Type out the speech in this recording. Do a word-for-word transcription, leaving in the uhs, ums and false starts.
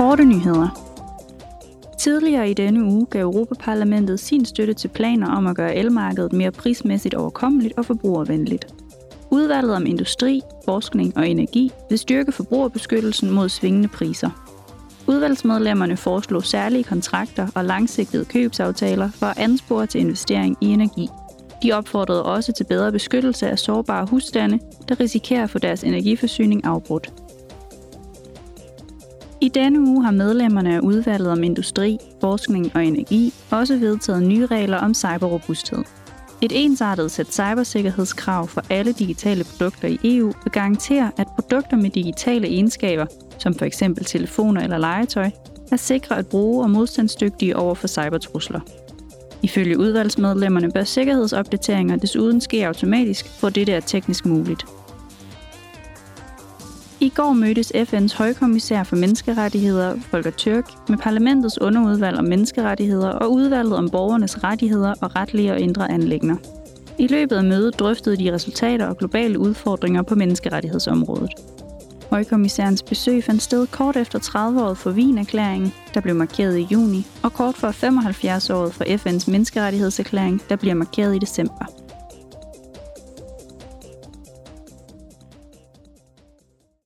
Korte nyheder. Tidligere i denne uge gav Europa-Parlamentet sin støtte til planer om at gøre elmarkedet mere prismæssigt overkommeligt og forbrugervenligt. Udvalget om industri, forskning og energi vil styrke forbrugerbeskyttelsen mod svingende priser. Udvalgsmedlemmerne foreslog særlige kontrakter og langsigtede købsaftaler for at anspore til investering i energi. De opfordrede også til bedre beskyttelse af sårbare husstande, der risikerer at få deres energiforsyning afbrudt. I denne uge har medlemmerne af udvalget om industri, forskning og energi også vedtaget nye regler om cyberrobusthed. Et ensartet sæt cybersikkerhedskrav for alle digitale produkter i E U vil garantere, at produkter med digitale egenskaber, som f.eks. telefoner eller legetøj, er sikre at bruge og modstandsdygtige over for cybertrusler. Ifølge udvalgsmedlemmerne bør sikkerhedsopdateringer desuden ske automatisk, hvor dette er teknisk muligt. I går mødtes F N's højkommissær for menneskerettigheder, Volker Türk, med parlamentets underudvalg om menneskerettigheder og udvalget om borgernes rettigheder og retlige og indre anliggender. I løbet af mødet drøftede de resultater og globale udfordringer på menneskerettighedsområdet. Højkommissærens besøg fandt sted kort efter tredive-året for Wien-erklæringen, der blev markeret i juni, og kort for femoghalvfjerds-året for F N's menneskerettighedserklæring, der bliver markeret i december.